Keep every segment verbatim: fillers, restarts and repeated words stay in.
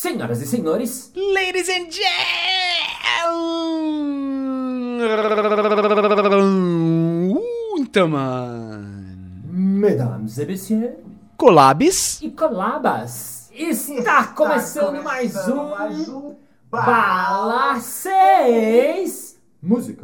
Senhoras e senhores, ladies and gentlemen, mesdames et messieurs, collabs e colabas, está, está começando, começando mais um, mais um Bala seis Música.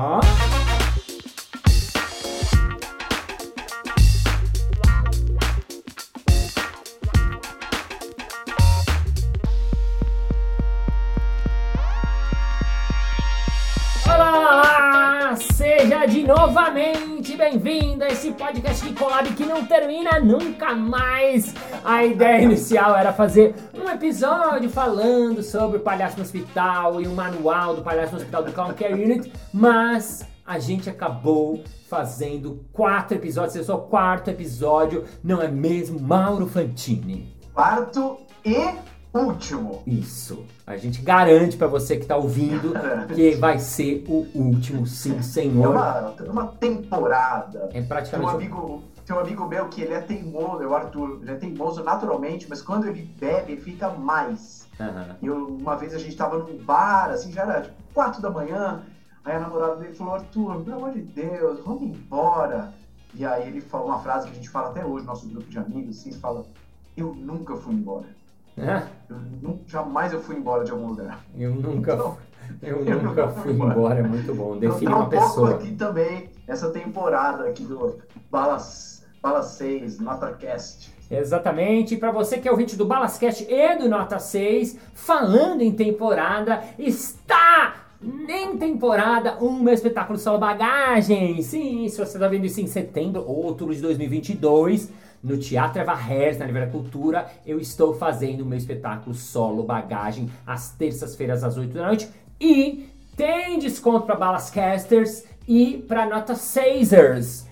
Olá, seja de novamente bem-vindo a esse podcast de collab que não termina nunca mais. A ideia inicial era fazer um episódio falando sobre o Palhaço no Hospital e o manual do Palhaço no Hospital do Clown Care Unit, mas a gente acabou fazendo quatro episódios, esse é o quarto episódio, não é mesmo, Mauro Fantini? Quarto e último. Isso. A gente garante pra você que tá ouvindo que vai ser o último, sim, senhor. É uma, uma temporada. É praticamente... Tem um amigo, tem um amigo meu que ele é teimoso, é o Arthur. Ele é teimoso naturalmente, mas quando ele bebe, ele fica mais. Uhum. E eu, uma vez a gente tava num bar, assim, já era tipo quatro da manhã. Aí a namorada dele falou: Arthur, pelo amor de Deus, vamos embora. E aí ele falou uma frase que a gente fala até hoje, nosso grupo de amigos, assim, fala: eu nunca fui embora. É? Eu nunca, jamais eu fui embora de algum lugar. Eu nunca, Então, eu eu nunca nunca fui fui embora. embora. É muito bom. Então Define tá um uma pessoa. pouco aqui também, essa temporada aqui do Balas, Bala seis, NotaCast. Exatamente. E para você que é ouvinte do Balascast e do Nota seis, falando em temporada, está em temporada um meu espetáculo Solo Bagagem. Sim, se você está vendo isso em setembro, outubro de dois mil e vinte e dois, no Teatro Eva Herz, na Livraria Cultura, eu estou fazendo o meu espetáculo Solo Bagagem às terças-feiras às oito da noite. E tem desconto para Balascasters e para Nota seisers.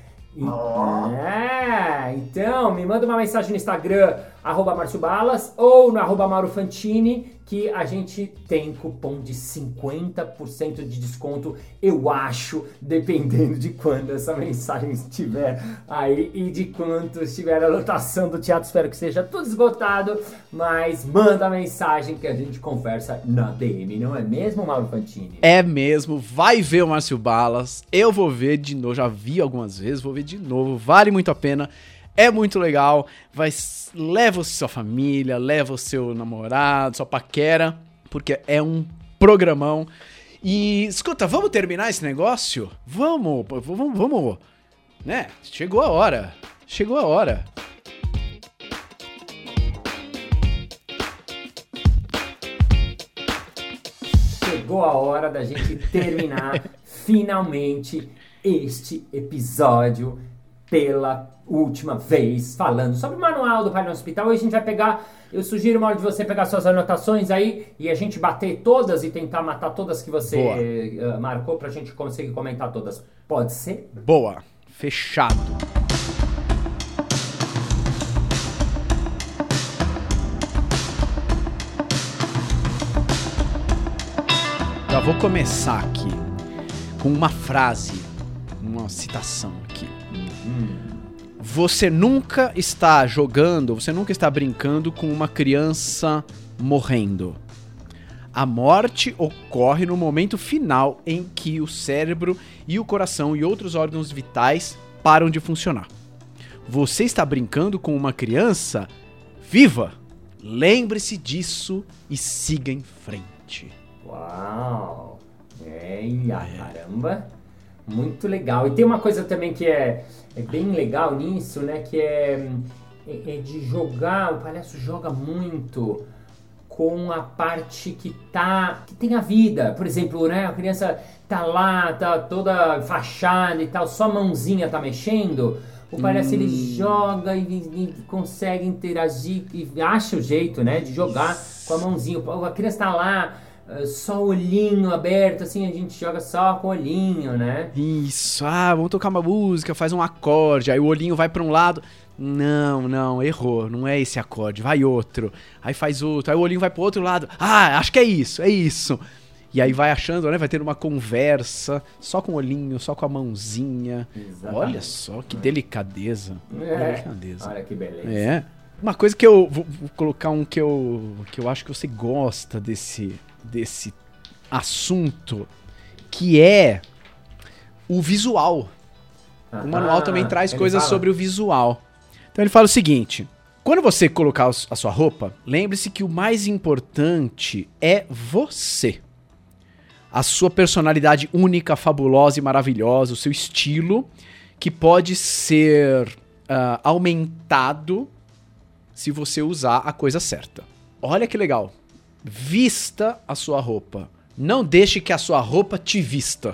Oh. É, então me manda uma mensagem no Instagram, arroba Márcio Balas, ou no arroba Mauro Fantini, que a gente tem cupom de cinquenta por cento de desconto, eu acho, dependendo de quando essa mensagem estiver aí e de quanto estiver a lotação do teatro. Espero que seja tudo esgotado, mas manda a mensagem que a gente conversa na D M, não é mesmo, Mauro Fantini? É mesmo, vai ver o Márcio Balas, eu vou ver de novo, já vi algumas vezes, vou ver de novo, vale muito a pena. É muito legal, vai, leva a sua família, leva o seu namorado, sua paquera, porque é um programão. E, escuta, vamos terminar esse negócio? Vamos, vamos, vamos, né? Chegou a hora, chegou a hora. Chegou a hora da gente terminar finalmente este episódio pela última vez, falando sobre o manual do Palhaço no Hospital. Hoje a gente vai pegar, eu sugiro, uma hora de você pegar suas anotações aí e a gente bater todas e tentar matar todas que você uh, marcou pra gente conseguir comentar todas. Pode ser? Boa, fechado. Já vou começar aqui com uma frase, uma citação aqui. Você nunca está jogando, você nunca está brincando com uma criança morrendo. A morte ocorre no momento final em que o cérebro e o coração e outros órgãos vitais param de funcionar. Você está brincando com uma criança viva? Lembre-se disso e siga em frente. Uau! Eia, caramba! Muito legal. E tem uma coisa também que é, é bem legal nisso, né? Que é, é, é de jogar, o palhaço joga muito com a parte que tá, que tem a vida. Por exemplo, né? A criança tá lá, tá toda fachada e tal, só a mãozinha tá mexendo. O palhaço, hum. ele joga e, e consegue interagir e acha o jeito, né? De jogar Isso. com a mãozinha. A criança tá lá, só o olhinho aberto, assim, a gente joga só com o olhinho, né? Isso, ah, vamos tocar uma música, faz um acorde, aí o olhinho vai pra um lado, não, não, errou, não é esse acorde, vai outro, aí faz outro, aí o olhinho vai pro outro lado, ah, acho que é isso, é isso. E aí vai achando, né, vai tendo uma conversa, só com o olhinho, só com a mãozinha. Exatamente. Olha só, que delicadeza. É. Delicadeza. Olha que beleza. É. Uma coisa que eu vou, vou colocar um que eu, que eu acho que você gosta desse, desse assunto, que é o visual. Ah, o manual também traz ele coisas fala? sobre o visual. Então ele fala o seguinte: quando você colocar a sua roupa, lembre-se que o mais importante é você. A sua personalidade única, fabulosa e maravilhosa, o seu estilo, que pode ser uh, aumentado se você usar a coisa certa. Olha que legal. Vista a sua roupa. Não deixe que a sua roupa te vista.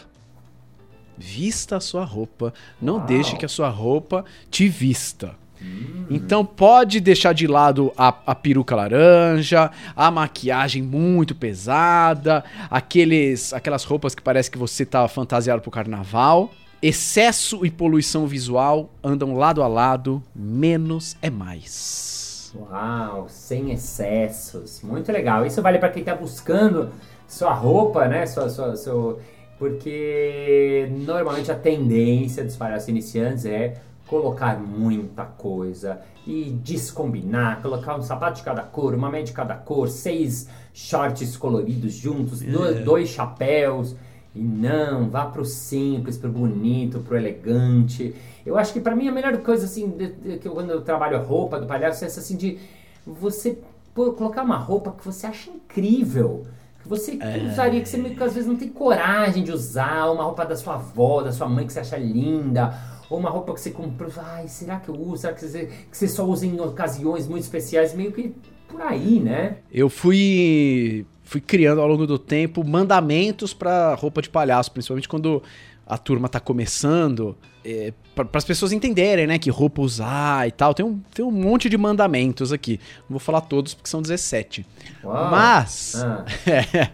Vista a sua roupa. Não Uau. deixe que a sua roupa te vista. Então pode deixar de lado a, a peruca laranja, a maquiagem muito pesada, aqueles, aquelas roupas que parece que você tá fantasiado pro carnaval. Excesso e poluição visual andam lado a lado, menos é mais. Uau, sem excessos. Muito legal. Isso vale para quem tá buscando sua roupa, né? Sua, sua, seu... Porque normalmente a tendência dos palhaços iniciantes é colocar muita coisa e descombinar, colocar um sapato de cada cor, uma meia de cada cor, seis shorts coloridos juntos, É. dois, dois chapéus. E não, vá pro simples, pro bonito, pro elegante. Eu acho que pra mim a melhor coisa, assim, de, de, que eu, quando eu trabalho a roupa do palhaço, é essa, assim, de você pô, colocar uma roupa que você acha incrível, que você É. usaria, que você meio que às vezes não tem coragem de usar, uma roupa da sua avó, da sua mãe que você acha linda, ou uma roupa que você comprou, ai, será que eu uso? Será que você, que você só usa em ocasiões muito especiais? Meio que por aí, né? Eu fui, fui criando ao longo do tempo mandamentos pra roupa de palhaço, principalmente quando a turma tá começando, é, para as pessoas entenderem, né, que roupa usar e tal. Tem um, tem um monte de mandamentos aqui. Não vou falar todos porque são dezessete. Uau. Mas... Ah. é,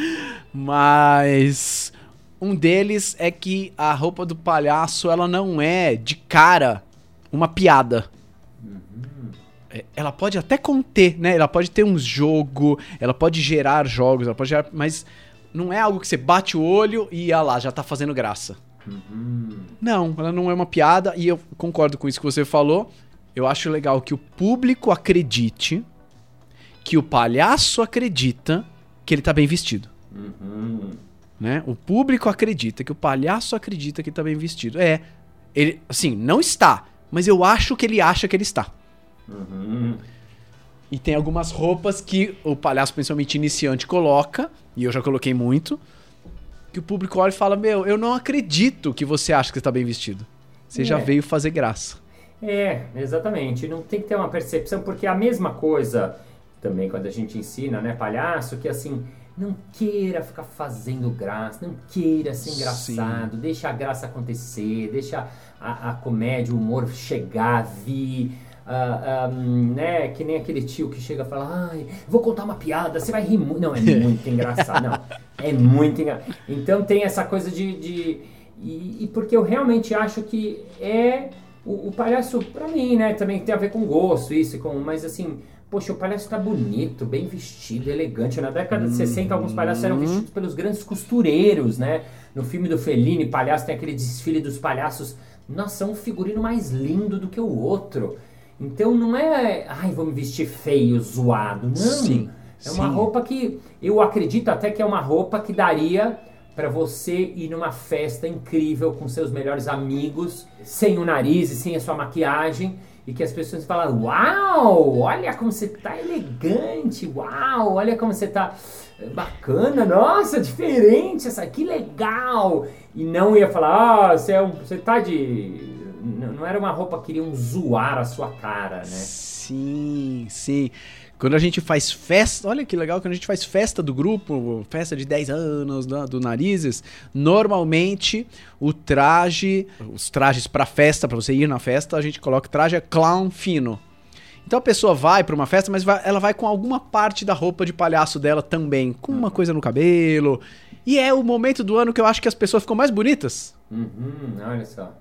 mas... Um deles é que a roupa do palhaço, ela não é, de cara, uma piada. Uhum. É, ela pode até conter, né? Ela pode ter um jogo, ela pode gerar jogos, ela pode gerar... Mas não é algo que você bate o olho e, ah lá, já tá fazendo graça. Uhum. Não, ela não é uma piada e eu concordo com isso que você falou. Eu acho legal que o público acredite, que o palhaço acredita que ele tá bem vestido. Uhum. Né? O público acredita, que o palhaço acredita que tá bem vestido. É, ele, assim, não está, mas eu acho que ele acha que ele está. Uhum. E tem algumas roupas que o palhaço, principalmente iniciante, coloca, e eu já coloquei muito, que o público olha e fala, meu, eu não acredito que você acha que você tá bem vestido. Você É. já veio fazer graça. É, exatamente. Não tem que ter uma percepção, porque é a mesma coisa também quando a gente ensina, né, palhaço, que assim... Não queira ficar fazendo graça, não queira ser engraçado, Sim. deixa a graça acontecer, deixa a, a comédia, o humor chegar, vir, uh, um, né, que nem aquele tio que chega e fala, ai, vou contar uma piada, você vai rir muito, não, é muito engraçado, não, é muito engraçado. Então tem essa coisa de, de e, e porque eu realmente acho que é, o, o palhaço, pra mim, né, também tem a ver com gosto, isso, com, mas assim... Poxa, o palhaço tá bonito, bem vestido, elegante. Na década de sessenta, alguns palhaços eram vestidos pelos grandes costureiros, né? No filme do Fellini, palhaço tem aquele desfile dos palhaços. Nossa, é um figurino mais lindo do que o outro. Então não é, ai, vou me vestir feio, zoado. Não, Sim, é uma sim. roupa que, eu acredito até que é uma roupa que daria pra você ir numa festa incrível com seus melhores amigos, sem o nariz e sem a sua maquiagem. E que as pessoas falam, uau, olha como você tá elegante, uau, olha como você tá bacana, nossa, diferente, essa que legal. E não ia falar, ah, você, é um, você tá de... Não era uma roupa que iriam zoar a sua cara, né? Sim, sim. Quando a gente faz festa, olha que legal, quando a gente faz festa do grupo, festa de dez anos do, do Narizes, normalmente o traje, os trajes pra festa, pra você ir na festa, a gente coloca o traje é clown fino. Então a pessoa vai pra uma festa, mas vai, ela vai com alguma parte da roupa de palhaço dela também, com uma coisa no cabelo. E é o momento do ano que eu acho que as pessoas ficam mais bonitas. Uhum, olha só.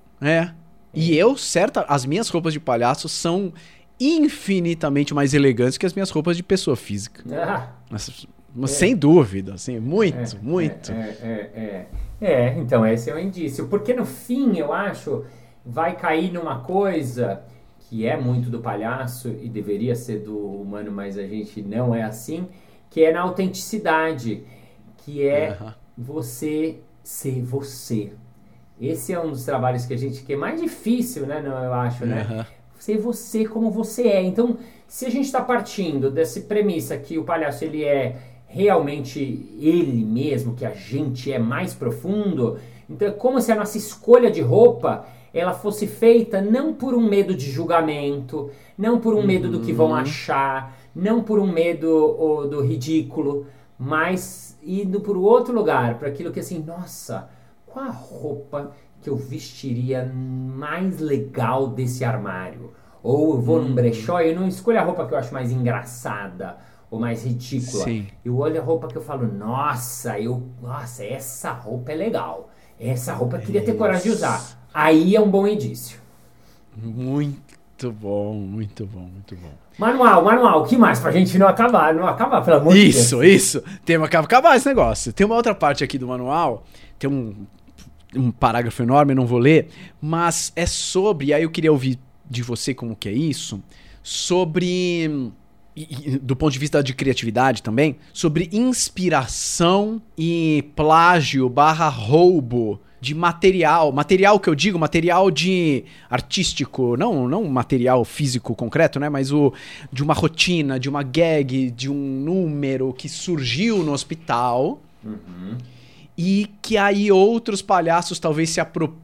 É. E eu, certa, as minhas roupas de palhaço são infinitamente mais elegantes que as minhas roupas de pessoa física. Ah, Mas, mas sem dúvida, assim, muito, é, muito. É, é, é, é. É, então esse é o indício. Porque no fim, eu acho, vai cair numa coisa que é muito do palhaço e deveria ser do humano, mas a gente não é assim, que é na autenticidade, que é uhum. você ser você. Esse é um dos trabalhos que a gente que é mais difícil, né, não, eu acho, né? Uhum. Ser você como você é. Então, se a gente está partindo dessa premissa que o palhaço ele é realmente ele mesmo, que a gente é mais profundo, então é como se a nossa escolha de roupa ela fosse feita não por um medo de julgamento, não por um uhum. medo do que vão achar, não por um medo oh, do ridículo, mas indo por outro lugar, para aquilo que assim, nossa, qual a roupa que eu vestiria mais legal desse armário? Ou eu vou uhum. num brechó e eu não escolho a roupa que eu acho mais engraçada ou mais ridícula. Sim. Eu olho a roupa que eu falo, nossa, eu, nossa, essa roupa é legal. Essa roupa eu queria ter coragem de usar. Aí é um bom indício. Muito bom, muito bom, muito bom. Manual, manual, o que mais? Pra gente não acabar, não acabar, pelo amor de Deus. Isso, isso. Tem uma, acabar esse negócio. Tem uma outra parte aqui do manual, tem um, um parágrafo enorme, eu não vou ler, mas é sobre, aí eu queria ouvir de você como que é isso, sobre... do ponto de vista de criatividade também, sobre inspiração e plágio barra roubo de material. Material que eu digo, material de artístico, não, não material físico concreto, né? Mas o, de uma rotina, de uma gag, de um número que surgiu no hospital uhum. e que aí outros palhaços talvez se apropriem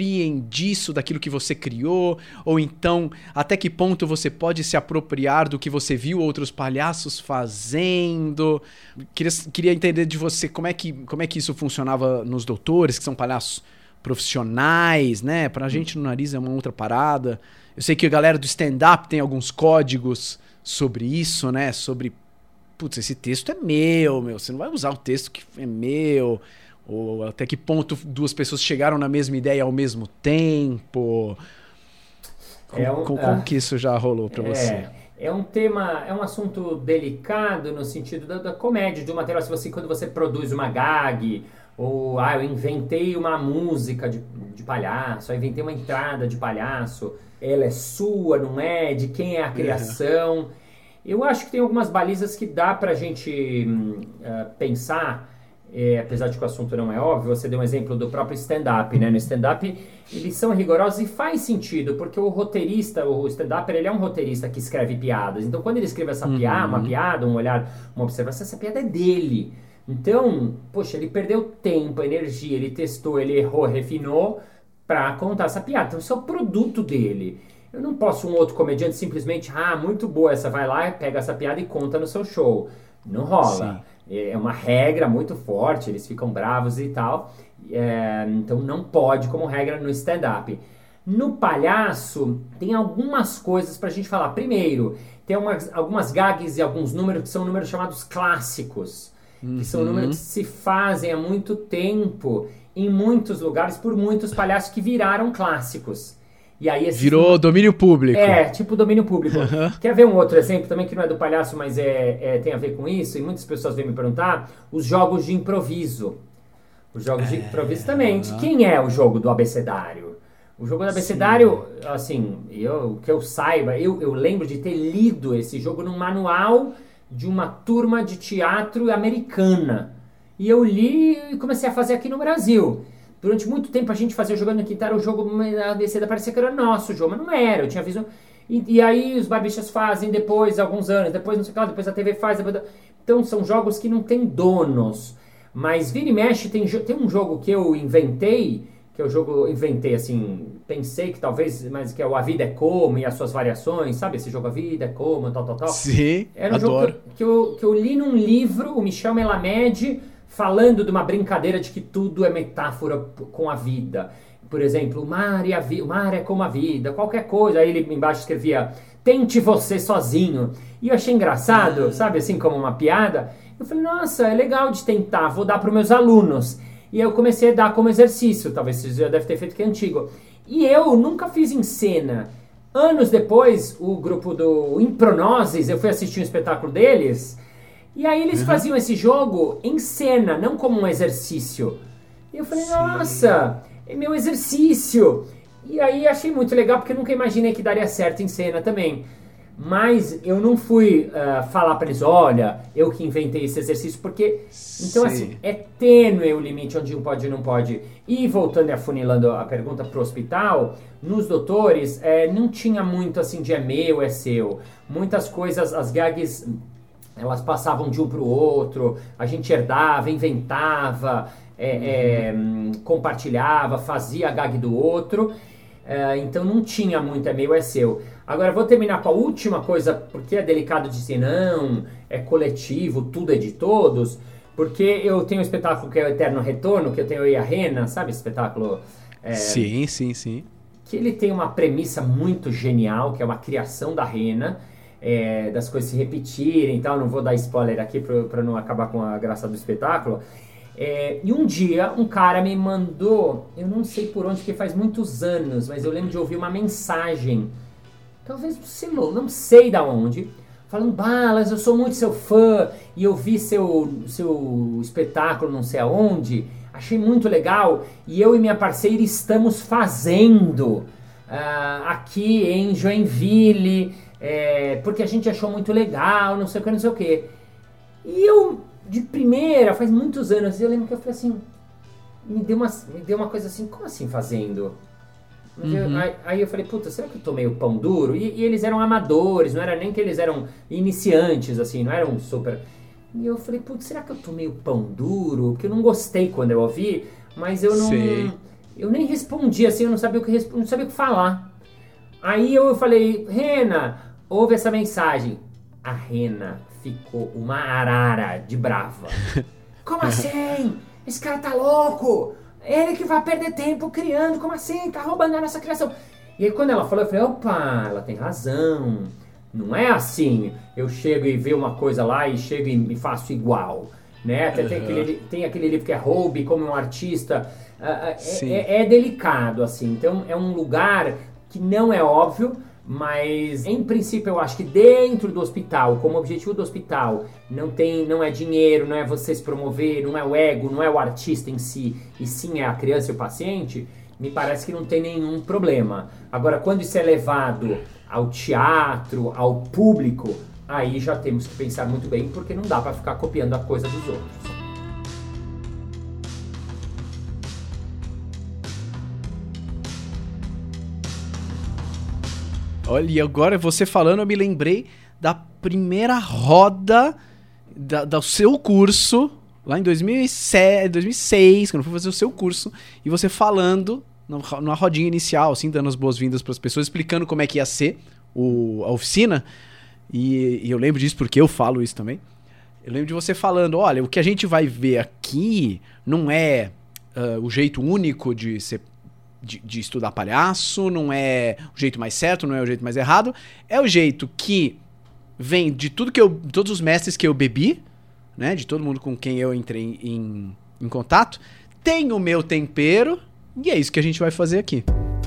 disso, daquilo que você criou, ou então até que ponto você pode se apropriar do que você viu outros palhaços fazendo. Queria, queria entender de você como é, que, como é que isso funcionava nos doutores, que são palhaços profissionais, né? Pra gente no nariz é uma outra parada. Eu sei que a galera do stand-up tem alguns códigos sobre isso, né? Sobre, putz, esse texto é meu, meu. Você não vai usar o texto que é meu... Ou até que ponto duas pessoas chegaram na mesma ideia ao mesmo tempo? Como, é um, como, como que isso já rolou para é, você? É um tema, é um assunto delicado no sentido da, da comédia, do material. Se você, quando você produz uma gag, ou ah, eu inventei uma música de, de palhaço, eu inventei uma entrada de palhaço, ela é sua, não é? De quem é a criação? Uhum. Eu acho que tem algumas balizas que dá pra gente uh, pensar. É, apesar de que o assunto não é óbvio, você deu um exemplo do próprio stand-up, né? No stand-up, eles são rigorosos e faz sentido, porque o roteirista, o stand-up, ele é um roteirista que escreve piadas. Então, quando ele escreve essa uhum. piada, uma piada, um olhar, uma observação, essa piada é dele. Então, poxa, ele perdeu tempo, energia, ele testou, ele errou, refinou pra contar essa piada. Então, isso é o produto dele. Eu não posso um outro comediante simplesmente, ah, muito boa essa, vai lá, pega essa piada e conta no seu show. Não rola. Sim. É uma regra muito forte, eles ficam bravos e tal. É, então não pode como regra no stand-up. No palhaço, tem algumas coisas pra gente falar. Primeiro, tem umas, algumas gags e alguns números que são números chamados clássicos. Uhum. Que são números que se fazem há muito tempo, em muitos lugares, por muitos palhaços que viraram clássicos. E aí Virou números... domínio público. É, tipo domínio público. Uhum. Quer ver um outro exemplo também que não é do palhaço, mas é, é, tem a ver com isso? E muitas pessoas vêm me perguntar. Os jogos de improviso. Os jogos é... de improviso também. De quem é o jogo do abecedário? O jogo do abecedário, Sim. assim, eu, que eu saiba, eu, eu lembro de ter lido esse jogo num manual de uma turma de teatro americana. E eu li e comecei a fazer aqui no Brasil. Durante muito tempo a gente fazia jogando no quintal, o jogo da A B C parecia que era nosso jogo, mas não era, eu tinha visto... E, e aí os barbichas fazem depois, alguns anos, depois não sei o que lá, depois a T V faz... Depois... Então são jogos que não tem donos. Mas vira e mexe, tem, tem um jogo que eu inventei, que eu jogo, inventei assim, pensei que talvez, mas que é o A Vida é Como e as suas variações, sabe? Esse jogo A Vida é Como, tal, tal, tal. Sim, era um adoro. jogo que, que, eu, que eu li num livro, o Michel Melamed... falando de uma brincadeira de que tudo é metáfora com a vida. Por exemplo, o mar, e a vi- o mar é como a vida, qualquer coisa. Aí ele embaixo escrevia, tente você sozinho. E eu achei engraçado, sabe, assim como uma piada. Eu falei, nossa, é legal de tentar, vou dar para os meus alunos. E eu comecei a dar como exercício, talvez você já deve ter feito que é antigo. E eu nunca fiz em cena. Anos depois, o grupo do Impronoses, eu fui assistir um espetáculo deles... E aí eles uhum. faziam esse jogo em cena, não como um exercício. E eu falei, Sim. nossa, é meu exercício. E aí achei muito legal, porque eu nunca imaginei que daria certo em cena também. Mas eu não fui uh, falar pra eles, olha, eu que inventei esse exercício, porque... Então, Sim. assim, é tênue o limite onde um pode e não pode. E voltando e afunilando a pergunta pro hospital, nos doutores, é, não tinha muito, assim, de é meu, é seu. Muitas coisas, as gags, elas passavam de um pro outro, a gente herdava, inventava, é, uhum. é, compartilhava, fazia a gag do outro. É, então não tinha muito é meu, é seu. Agora vou terminar com a última coisa, porque é delicado dizer não, é coletivo, tudo é de todos, porque eu tenho um espetáculo que é o Eterno Retorno, que eu tenho aí a Rena, sabe esse espetáculo? É, sim, sim, sim. Que ele tem uma premissa muito genial, que é uma criação da Rena, é, das coisas se repetirem e tal, não vou dar spoiler aqui para não acabar com a graça do espetáculo. É, e um dia um cara me mandou, eu não sei por onde, porque faz muitos anos, mas eu lembro de ouvir uma mensagem, talvez no celular, não sei da onde, falando, Balas, eu sou muito seu fã, e eu vi seu, seu espetáculo não sei aonde, achei muito legal, e eu e minha parceira estamos fazendo uh, aqui em Joinville, é, porque a gente achou muito legal, não sei o que, não sei o que. E eu... de primeira, faz muitos anos, eu lembro que eu falei assim, me deu uma, me deu uma coisa assim, como assim fazendo? Uhum. Eu, aí, aí eu falei, puta, será que eu tô meio pão duro? E, e eles eram amadores, não era nem que eles eram iniciantes, assim, não eram super... E eu falei, putz, será que eu tô meio pão duro? Porque eu não gostei quando eu ouvi, mas eu não... Sei. Eu nem respondi, assim, eu não sabia o que, resp... não sabia o que falar. Aí eu falei, Rena, ouve essa mensagem. A Rena ficou uma arara de brava. Como assim? Esse cara tá louco! Ele que vai perder tempo criando, como assim? Tá roubando a nossa criação. E aí quando ela falou, eu falei, opa, ela tem razão. Não é assim, eu chego e vejo uma coisa lá e chego e me faço igual. Né? Até uhum. tem, aquele, tem aquele livro que é Roube como um artista. Uh, é, é delicado, assim. Então é um lugar que não é óbvio, mas em princípio eu acho que dentro do hospital, como objetivo do hospital, não tem, não é dinheiro, não é você se promover, não é o ego, não é o artista em si, e sim é a criança e o paciente, me parece que não tem nenhum problema. Agora, quando isso é levado ao teatro, ao público, aí já temos que pensar muito bem, porque não dá para ficar copiando a coisa dos outros. Olha, e agora você falando, eu me lembrei da primeira roda da, do seu curso, lá em dois mil e sete, dois mil e seis, quando eu fui fazer o seu curso, e você falando numa rodinha inicial, assim, dando as boas-vindas para as pessoas, explicando como é que ia ser o, a oficina, e, e eu lembro disso porque eu falo isso também. Eu lembro de você falando, olha, o que a gente vai ver aqui não é uh, o jeito único de ser De, de estudar palhaço, não é o jeito mais certo, não é o jeito mais errado, é o jeito que vem de tudo que eu, todos os mestres que eu bebi, né, de todo mundo com quem eu entrei em, em contato, tem o meu tempero, e é isso que a gente vai fazer aqui.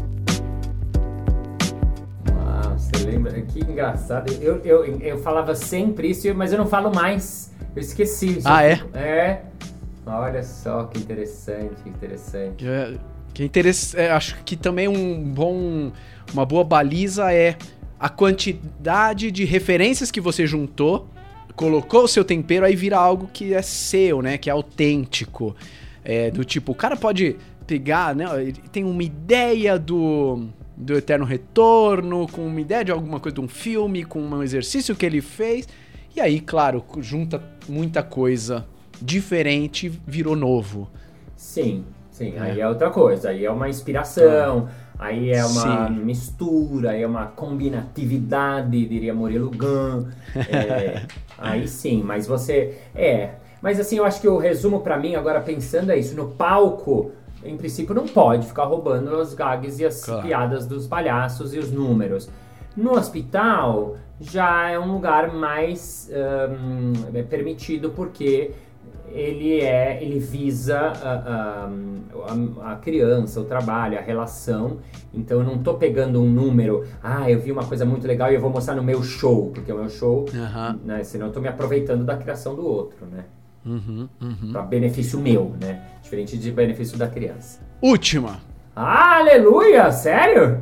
Uau, você lembra? Que engraçado. Eu, eu, eu falava sempre isso, mas eu não falo mais. Eu esqueci. Ah, é? É. Olha só que interessante, que interessante. É... Que é interessante, é, acho que também um bom, uma boa baliza é a quantidade de referências que você juntou, colocou o seu tempero, aí vira algo que é seu, né? Que é autêntico. É, do tipo, o cara pode pegar, né? Ele tem uma ideia do, do Eterno Retorno, com uma ideia de alguma coisa de um filme, com um exercício que ele fez, e aí, claro, junta muita coisa diferente, virou novo. Sim. Sim, é. Aí é outra coisa, aí é uma inspiração, ah, aí é uma sim. mistura, aí é uma combinatividade, diria Murilo Gun, é, aí sim, mas você, é, mas assim, eu acho que o resumo pra mim, agora pensando é isso, no palco, em princípio não pode ficar roubando as gags e as claro. piadas dos palhaços e os números. No hospital, já é um lugar mais um, é permitido, porque... ele é, ele visa a, a, a criança, o trabalho, a relação. Então eu não tô pegando um número, ah, eu vi uma coisa muito legal e eu vou mostrar no meu show, porque o meu show, uhum. né, senão eu tô me aproveitando da criação do outro, né? Uhum, uhum. Pra benefício meu, né? Diferente de benefício da criança. Última. Aleluia, sério?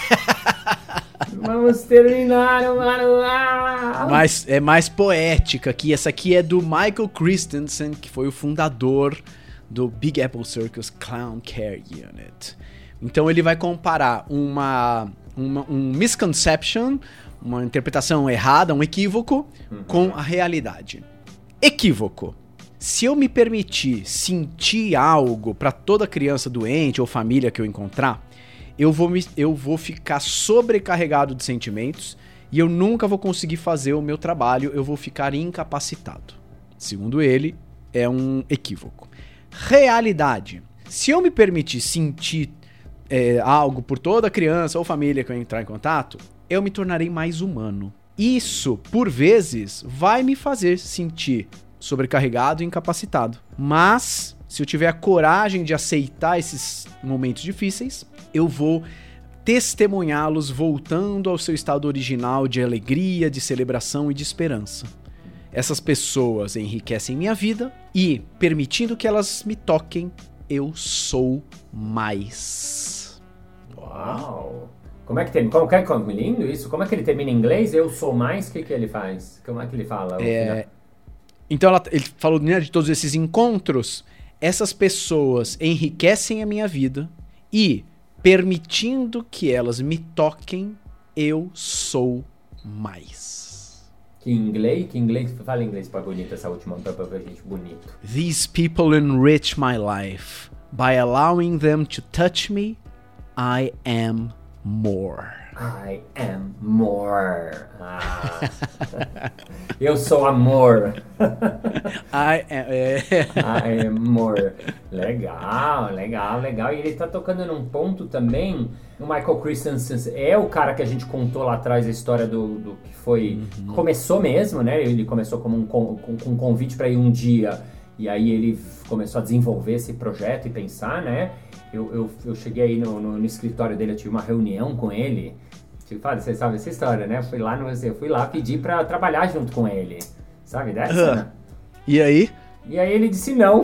Vamos terminar o manual. Mas é mais poética aqui. Essa aqui é do Michael Christensen, que foi o fundador do Big Apple Circus Clown Care Unit. Então ele vai comparar uma, uma um misconception, uma interpretação errada, um equívoco, uhum. com a realidade. Equívoco. Se eu me permitir sentir algo para toda criança doente ou família que eu encontrar, eu vou, me, eu vou ficar sobrecarregado de sentimentos e eu nunca vou conseguir fazer o meu trabalho, eu vou ficar incapacitado. Segundo ele, é um equívoco. Realidade. Se eu me permitir sentir é, algo por toda criança ou família que eu entrar em contato, eu me tornarei mais humano. Isso, por vezes, vai me fazer sentir sobrecarregado e incapacitado. Mas, se eu tiver a coragem de aceitar esses momentos difíceis, eu vou testemunhá-los voltando ao seu estado original de alegria, de celebração e de esperança. Essas pessoas enriquecem minha vida e, permitindo que elas me toquem, eu sou mais. Uau! Como é que tem? Como, como, lindo isso? Como é que ele termina em inglês? Eu sou mais? O que, que ele faz? Como é que ele fala? É, então ela, ele falou, né, de todos esses encontros. Essas pessoas enriquecem a minha vida e, permitindo que elas me toquem, eu sou mais. Que inglês? Que inglês? Fala inglês pra bonita essa última, pra, pra gente bonito. These people enrich my life. By allowing them to touch me, I am more. I am more. Ah. Eu sou amor. I am, é. I am more. Legal, legal, legal. E ele tá tocando num ponto também. O Michael Christensen é o cara que a gente contou lá atrás a história do, do que foi. Uhum. Começou mesmo, né? Ele começou como um, com, com um convite para ir um dia. E aí ele começou a desenvolver esse projeto e pensar, né? Eu, eu, eu cheguei aí no, no, no escritório dele, eu tive uma reunião com ele. Tipo, você sabe essa história, né? Fui lá, no, eu fui lá pedir pra trabalhar junto com ele. Sabe dessa, né? E aí? E aí ele disse não.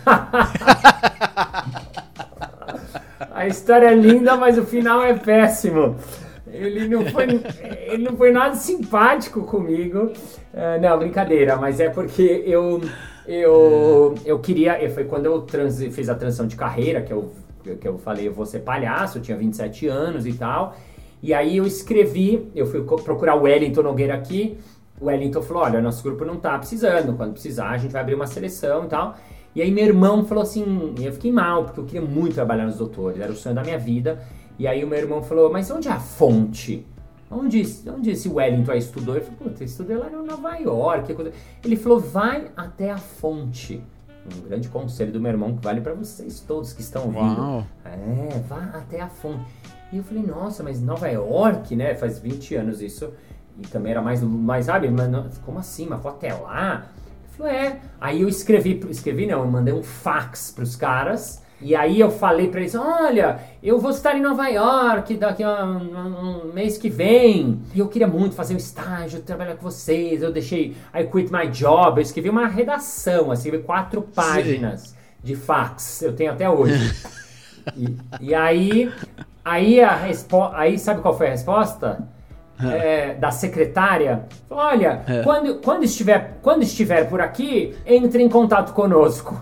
A história é linda, mas o final é péssimo. Ele não foi, ele não foi nada simpático comigo. Uh, não, brincadeira, mas é porque eu... Eu, eu queria, foi quando eu trans, fiz a transição de carreira, que eu, que eu falei, eu vou ser palhaço, eu tinha vinte e sete anos e tal, e aí eu escrevi, eu fui procurar o Wellington Nogueira aqui, o Wellington falou, olha, nosso grupo não tá precisando, quando precisar a gente vai abrir uma seleção e tal, e aí meu irmão falou assim, eu fiquei mal, porque eu queria muito trabalhar nos doutores, era o sonho da minha vida, e aí o meu irmão falou, mas onde é a fonte? Onde, onde esse Wellington aí estudou? Ele falou, puta, eu estudei lá em Nova York. Coisa... Ele falou, vai até a fonte. Um grande conselho do meu irmão que vale pra vocês todos que estão ouvindo. Uau. É, vá até a fonte. E eu falei, nossa, mas Nova York, né? Faz vinte anos isso. E também era mais, mais sabe? Mas não, como assim? Mas vou até lá? Ele falou, é. Aí eu escrevi, escrevi não, eu mandei um fax pros caras. E aí eu falei pra eles, olha, eu vou estar em Nova York daqui a um, um mês que vem. E eu queria muito fazer um estágio, trabalhar com vocês. Eu deixei, I quit my job. Eu escrevi uma redação, assim, quatro páginas Sim. de fax. Eu tenho até hoje. e, e aí, aí, a respo- aí, sabe qual foi a resposta? É, da secretária? Olha, é. quando, quando, estiver, quando estiver por aqui, entre em contato conosco.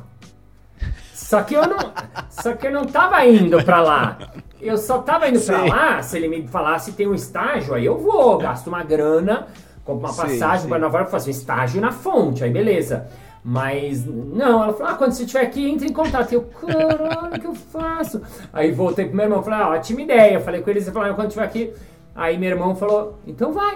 Só que eu não, só que eu não tava indo pra lá. Eu só tava indo Sim. pra lá, se ele me falasse tem um estágio, aí eu vou, gasto uma grana, compro uma passagem para Nova York, faço um estágio na fonte, aí beleza. Mas não, ela falou, ah, quando você estiver aqui, entre em contato. Eu, caralho, o que eu faço? Aí voltei pro meu irmão, falei, ah, ótima ideia. Falei com eles, ele falou, ah, quando estiver aqui. Aí meu irmão falou, então vai.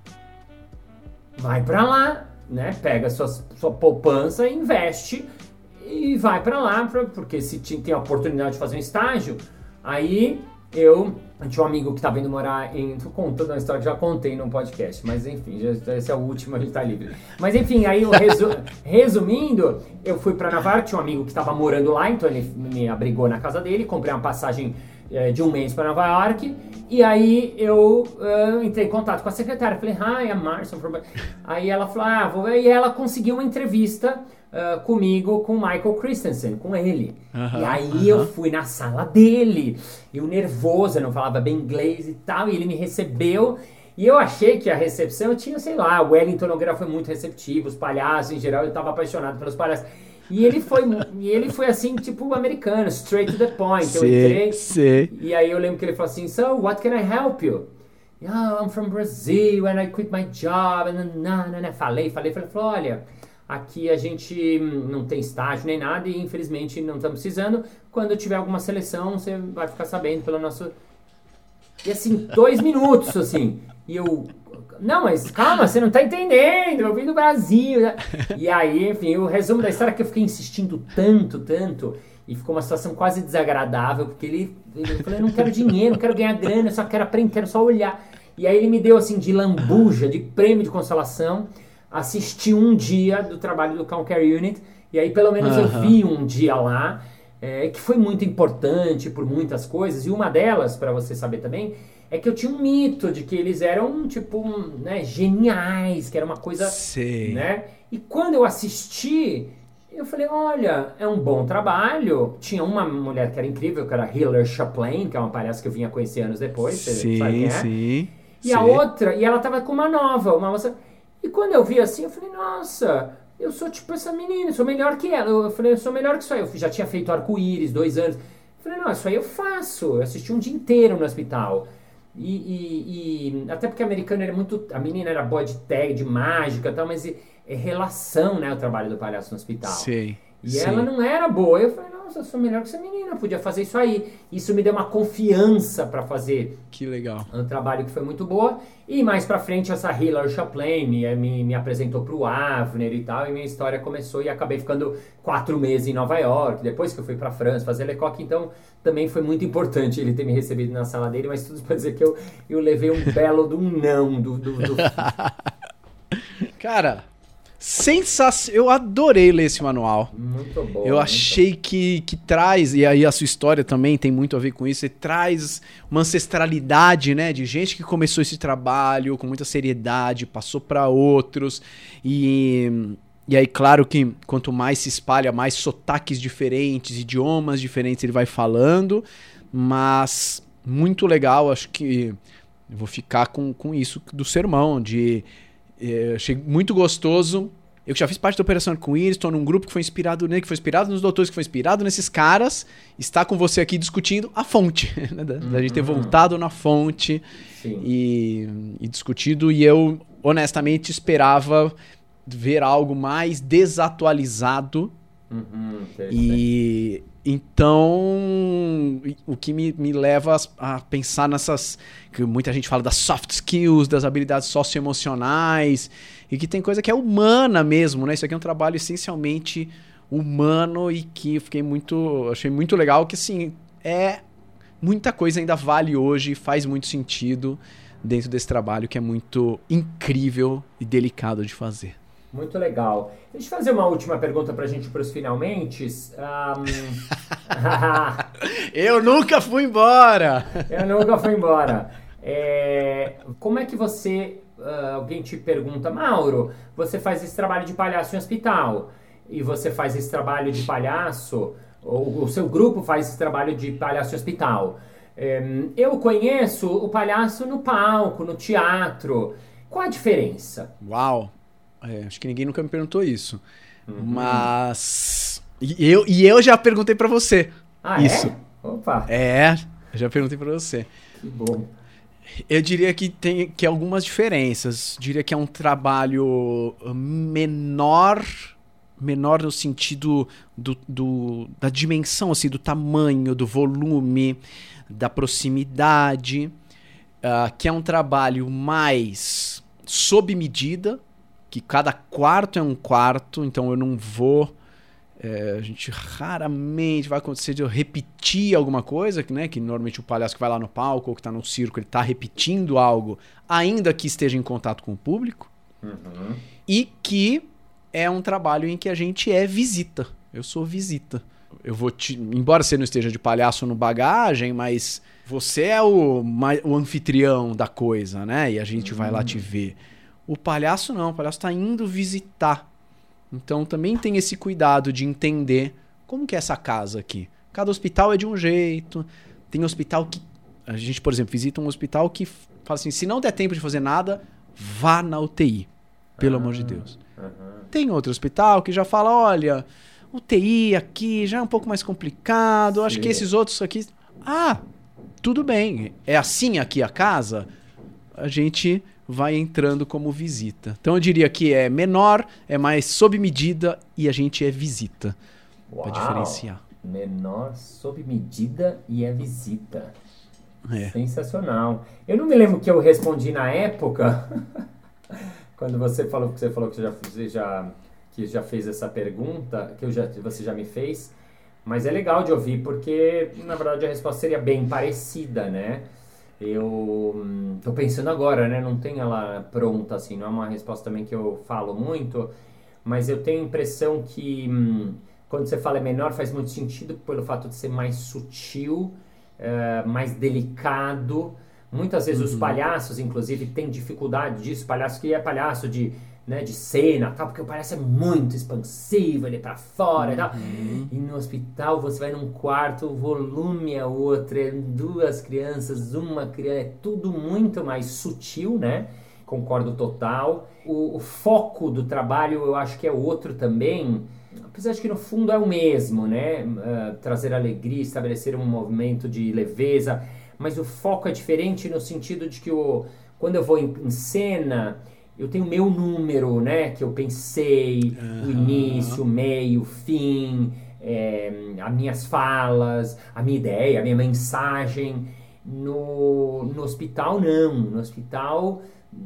Vai pra lá, né? Pega sua, sua poupança e investe. E vai pra lá, pra, porque se tem a oportunidade de fazer um estágio, aí eu... Eu tinha um amigo que tava indo morar em... Tô contando uma história que já contei num podcast, mas enfim, já, esse é o último, a gente tá livre. Mas enfim, aí eu resu, resumindo, eu fui pra Nova York, tinha um amigo que tava morando lá, então ele me abrigou na casa dele, comprei uma passagem é, de um mês para Nova York. E aí eu uh, entrei em contato com a secretária. Falei, hi, I'm Marcia. From... Aí ela falou, ah, vou ver. E ela conseguiu uma entrevista uh, comigo, com o Michael Christensen, com ele. Uh-huh, e aí uh-huh. eu fui na sala dele. Eu nervoso, eu não falava bem inglês e tal. E ele me recebeu. E eu achei que a recepção tinha, sei lá, o Wellington Nogueira foi muito receptivo, os palhaços em geral, eu tava apaixonado pelos palhaços. E ele foi, e ele foi assim, tipo americano, straight to the point. Sim, eu entrei, sim. E aí eu lembro que ele falou assim, so, what can I help you? Oh, I'm from Brazil and I quit my job. And nah, nah, nah. Falei, falei, falei, falei, olha, aqui a gente não tem estágio nem nada e infelizmente não estamos precisando. Quando tiver alguma seleção, você vai ficar sabendo pelo nosso... E assim, dois minutos, assim. E eu... Não, mas calma, você não tá entendendo. Eu vim do Brasil. Né? E aí, enfim, o resumo da história é que eu fiquei insistindo tanto, tanto. E ficou uma situação quase desagradável. Porque ele... ele falou, eu não quero dinheiro, não quero ganhar grana. Eu só quero aprender, quero só olhar. E aí ele me deu, assim, de lambuja, de prêmio de consolação. Assisti um dia do trabalho do Count Care Unit. E aí, pelo menos, uhum. eu vi um dia lá. É, que foi muito importante por muitas coisas. E uma delas, para você saber também... É que eu tinha um mito de que eles eram, tipo, né, geniais, que era uma coisa, Sim. né? E quando eu assisti, eu falei, olha, é um bom trabalho. Tinha uma mulher que era incrível, que era Hilary Chaplin, que é uma palhaça que eu vinha conhecer anos depois, sim, você sabe quem é? Sim, E sim. a outra, e ela tava com uma nova, uma moça... E quando eu vi assim, eu falei, nossa, eu sou tipo essa menina, eu sou melhor que ela. Eu falei, eu sou melhor que isso aí. Eu já tinha feito arco-íris, dois anos. Eu falei, não, isso aí eu faço. Eu assisti um dia inteiro no hospital. E, e, e até porque a americana era muito... A menina era boa de tag, de mágica e tal, mas é, é relação, né? O trabalho do palhaço no hospital. Sim, e sim. ela não era boa. Eu falei, nossa, eu sou melhor que essa menina, podia fazer isso aí. Isso me deu uma confiança pra fazer... Que legal. Um trabalho que foi muito boa. E mais pra frente, essa Hilary Chaplin me, me, me apresentou pro Avner e tal, e minha história começou e acabei ficando quatro meses em Nova York, depois que eu fui pra França fazer Lecoq, então também foi muito importante ele ter me recebido na sala dele, mas tudo pra dizer que eu, eu levei um belo de um não do... do, do... Cara, sensacional. Eu adorei ler esse manual. Muito bom. Eu achei muito... que, que traz, e aí a sua história também tem muito a ver com isso, e traz uma ancestralidade, né, de gente que começou esse trabalho com muita seriedade, passou para outros, e, e aí claro que quanto mais se espalha, mais sotaques diferentes, idiomas diferentes ele vai falando, mas muito legal, acho que eu vou ficar com, com isso do sermão, de... Eu achei muito gostoso. Eu que já fiz parte da Operação Arco-Íris, estou num grupo que foi inspirado nele, que foi inspirado nos doutores, que foi inspirado nesses caras. Está com você aqui discutindo a fonte, né? Da, uhum. da gente ter voltado na fonte e, e discutido. E eu, honestamente, esperava ver algo mais desatualizado. Uhum, e então o que me, me leva a, a pensar nessas, que muita gente fala das soft skills, das habilidades socioemocionais, e que tem coisa que é humana mesmo, né? Isso aqui é um trabalho essencialmente humano e que eu fiquei muito, achei muito legal, que assim, é muita coisa ainda vale hoje e faz muito sentido dentro desse trabalho que é muito incrível e delicado de fazer. Muito legal. Deixa eu fazer uma última pergunta pra gente pros finalmente. Um... Eu nunca fui embora! Eu nunca fui embora. É... Como é que você... Uh, alguém te pergunta, Mauro, você faz esse trabalho de palhaço em hospital, e você faz esse trabalho de palhaço, ou o seu grupo faz esse trabalho de palhaço em hospital. Um, eu conheço o palhaço no palco, no teatro. Qual a diferença? Uau! É, acho que ninguém nunca me perguntou isso. Uhum. Mas... E eu, e eu já perguntei pra você. Ah, isso. É? Opa! É, eu já perguntei pra você. Que bom. Eu diria que tem que algumas diferenças. Diria que é um trabalho menor... Menor no sentido do, do, da dimensão, assim, do tamanho, do volume, da proximidade. Uh, que é um trabalho mais sob medida, que cada quarto é um quarto, então eu não vou... É, a gente raramente vai acontecer de eu repetir alguma coisa, né? Que normalmente o palhaço que vai lá no palco ou que está no circo, ele está repetindo algo, ainda que esteja em contato com o público. Uhum. E que é um trabalho em que a gente é visita. Eu sou visita. eu vou te... Embora você não esteja de palhaço no bagagem, mas você é o, o anfitrião da coisa, né? E a gente hum. vai lá te ver. O palhaço não, o palhaço tá indo visitar. Então também tem esse cuidado de entender como que é essa casa aqui. Cada hospital é de um jeito. Tem hospital que... A gente, por exemplo, visita um hospital que fala assim, se não der tempo de fazer nada, vá na U T I. Pelo ah, amor de Deus. Uh-huh. Tem outro hospital que já fala, olha, U T I aqui já é um pouco mais complicado. Sim. Acho que esses outros aqui... Ah, tudo bem. É assim aqui a casa? A gente vai entrando como visita. Então eu diria que é menor, é mais sob medida e a gente é visita. Para diferenciar. Menor, sob medida e é visita. É. Sensacional. Eu não me lembro o que eu respondi na época, quando você falou que você falou que já, você já, que já fez essa pergunta, que eu já, você já me fez, mas é legal de ouvir, porque na verdade a resposta seria bem parecida, né? Eu hum, tô pensando agora, né? Não tem ela pronta, assim, não é uma resposta também que eu falo muito, mas eu tenho a impressão que hum, quando você fala é menor faz muito sentido pelo fato de ser mais sutil, Uh, mais delicado. Muitas vezes uhum. os palhaços, inclusive, têm dificuldade disso. Palhaço que é palhaço de, né, de cena, tal, porque o palhaço é muito expansivo, ele é pra fora uhum. e tal. E no hospital você vai num quarto, o volume é outro, é duas crianças, uma criança, é tudo muito mais sutil, né? Concordo total. O, o foco do trabalho eu acho que é outro também. Apesar de que no fundo é o mesmo, né? Uh, trazer alegria, estabelecer um movimento de leveza, mas o foco é diferente no sentido de que o, quando eu vou em, em cena, eu tenho o meu número, né? Que eu pensei, uhum. o início, o meio, o fim, é, as minhas falas, a minha ideia, a minha mensagem. No, no hospital, não. No hospital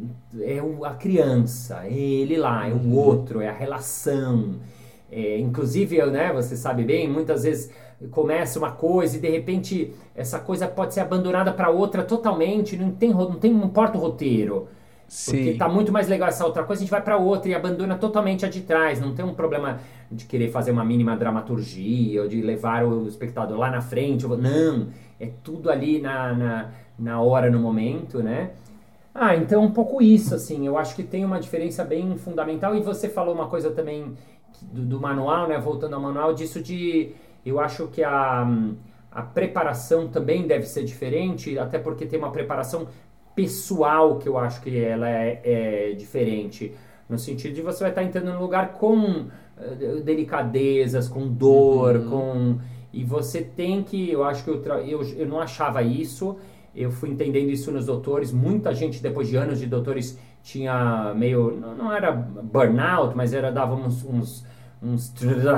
é o, a criança, é ele lá, é o outro, é a relação. É, inclusive, eu, né, você sabe bem, muitas vezes começa uma coisa e de repente essa coisa pode ser abandonada para outra totalmente, não tem, não tem, não importa o roteiro. Sim. Porque tá muito mais legal essa outra coisa, a gente vai para outra e abandona totalmente a de trás. Não tem um problema de querer fazer uma mínima dramaturgia ou de levar o espectador lá na frente. Não, é tudo ali na, na, na hora, no momento, né? Ah, então um pouco isso, assim, eu acho que tem uma diferença bem fundamental. E você falou uma coisa também do, do manual, né, voltando ao manual, disso de, eu acho que a, a preparação também deve ser diferente, até porque tem uma preparação pessoal que eu acho que ela é, é diferente, no sentido de você vai estar entrando num lugar com uh, delicadezas, com dor, uhum. com... E você tem que, eu acho que eu, tra... eu, eu não achava isso, eu fui entendendo isso nos doutores, muita gente depois de anos de doutores tinha meio, não, não era burnout, mas era, dava uns, uns, uns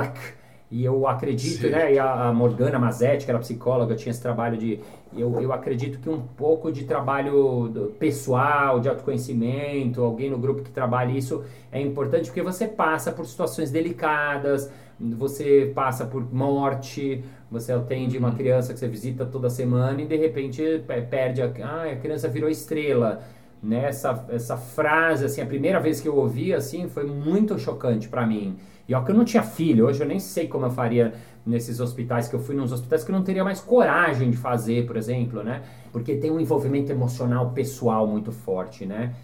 e eu acredito, Sim. né, e a, a Morgana Mazetti, que era psicóloga, tinha esse trabalho de, eu, eu acredito que um pouco de trabalho pessoal, de autoconhecimento, alguém no grupo que trabalhe isso, é importante porque você passa por situações delicadas, você passa por morte, você atende uma criança que você visita toda semana e de repente perde, a, ah, a criança virou estrela, né? Essa, essa frase, assim, a primeira vez que eu ouvi, assim, foi muito chocante pra mim. E ó, que eu não tinha filho, hoje eu nem sei como eu faria nesses hospitais, que eu fui nos hospitais que eu não teria mais coragem de fazer, por exemplo, né? Porque tem um envolvimento emocional pessoal muito forte, né?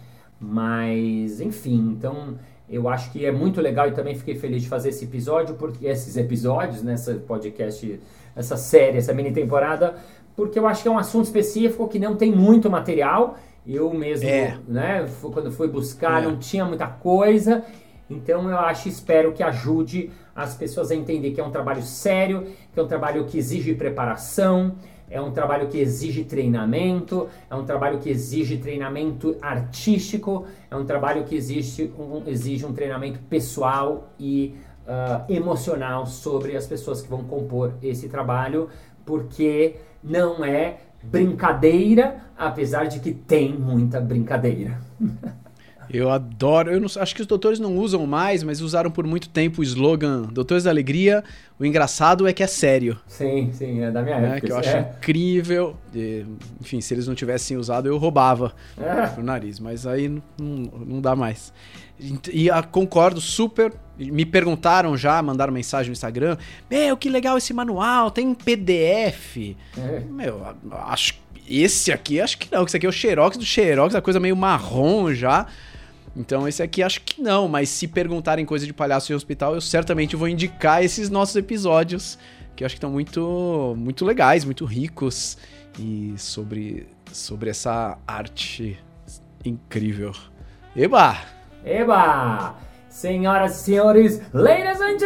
Mas, enfim, então... Eu acho que é muito legal e também fiquei feliz de fazer esse episódio, porque esses episódios, nessa podcast, essa série, essa mini temporada, porque eu acho que é um assunto específico que não tem muito material. Eu mesmo, é. né, quando fui buscar, é. não tinha muita coisa. Então eu acho e espero que ajude as pessoas a entender que é um trabalho sério, que é um trabalho que exige preparação, é um trabalho que exige treinamento, é um trabalho que exige treinamento artístico, é um trabalho que exige um, exige um treinamento pessoal e uh, emocional sobre as pessoas que vão compor esse trabalho, porque não é brincadeira, apesar de que tem muita brincadeira. Eu adoro, eu não, acho que os doutores não usam mais, mas usaram por muito tempo o slogan Doutores da Alegria, o engraçado é que é sério. Sim, sim, é da minha época. É, que eu acho é. incrível, e, enfim, se eles não tivessem usado eu roubava é. pro nariz, mas aí não, não dá mais. E ah, concordo super. Me perguntaram já, mandaram mensagem no Instagram. Meu, que legal esse manual, tem P D F. É. Meu, acho esse aqui, acho que não. Esse aqui é o Xerox do Xerox, a coisa meio marrom já. Então esse aqui acho que não. Mas se perguntarem coisa de palhaço em hospital, eu certamente vou indicar esses nossos episódios, que eu acho que estão muito, muito legais, muito ricos. E sobre, sobre essa arte incrível. Eba! Eba! Senhoras e senhores, ladies and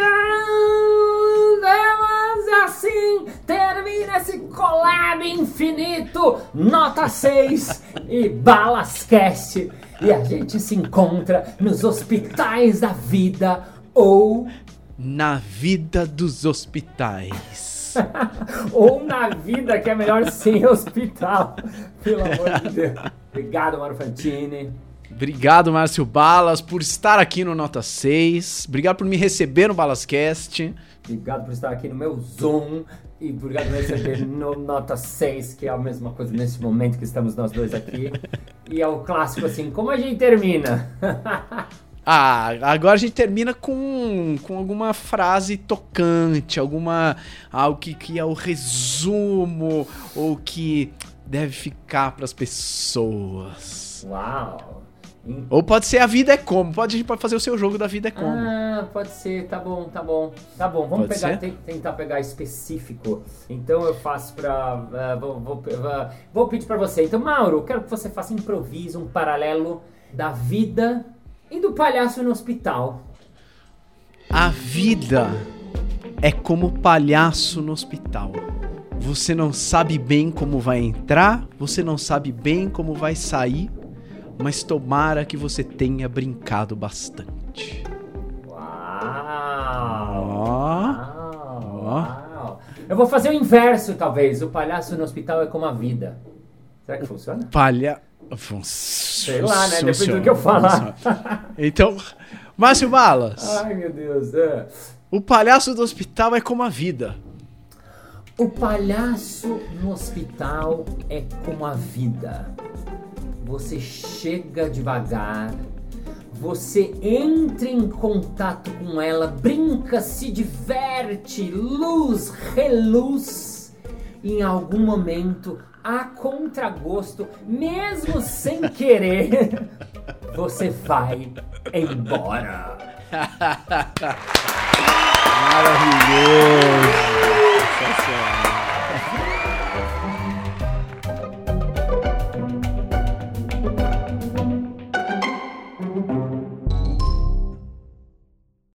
gentlemen, assim termina esse collab infinito, nota seis e Balascast. E a gente se encontra nos hospitais da vida ou... na vida dos hospitais. Ou na vida, que é melhor sem hospital. Pelo amor de Deus. Obrigado, Mauro Fantini. Obrigado, Márcio Balas, por estar aqui no Nota seis. Obrigado por me receber no Balascast. Obrigado por estar aqui no meu Zoom. E obrigado por me receber no Nota seis, que é a mesma coisa nesse momento que estamos nós dois aqui. E é o clássico assim, como a gente termina? Ah, agora a gente termina com, com alguma frase tocante, alguma algo que, que é o resumo, ou que deve ficar para as pessoas. Uau! Ou pode ser a vida é como. Pode, a gente pode fazer o seu jogo da vida é como. Ah, pode ser. Tá bom, tá bom. Tá bom, vamos pode pegar, tem, tentar pegar específico. Então eu faço pra... Uh, vou, vou, uh, vou pedir pra você. Então, Mauro, eu quero que você faça improviso, um paralelo da vida e do palhaço no hospital. A vida é como palhaço no hospital. Você não sabe bem como vai entrar, você não sabe bem como vai sair, mas tomara que você tenha brincado bastante. Uau! Uau! Uau! Eu vou fazer o inverso, talvez. O palhaço no hospital é como a vida. Será que funciona? Palha... Fun... Sei lá, né? Depende do que eu falar. Então, Márcio Balas. Ai, meu Deus. É. O palhaço do hospital é como a vida. O palhaço no hospital é como a vida. Você chega devagar, você entra em contato com ela, brinca, se diverte, luz, reluz. E em algum momento, a contragosto, mesmo sem querer, você vai embora. Maravilhoso! Sensacional!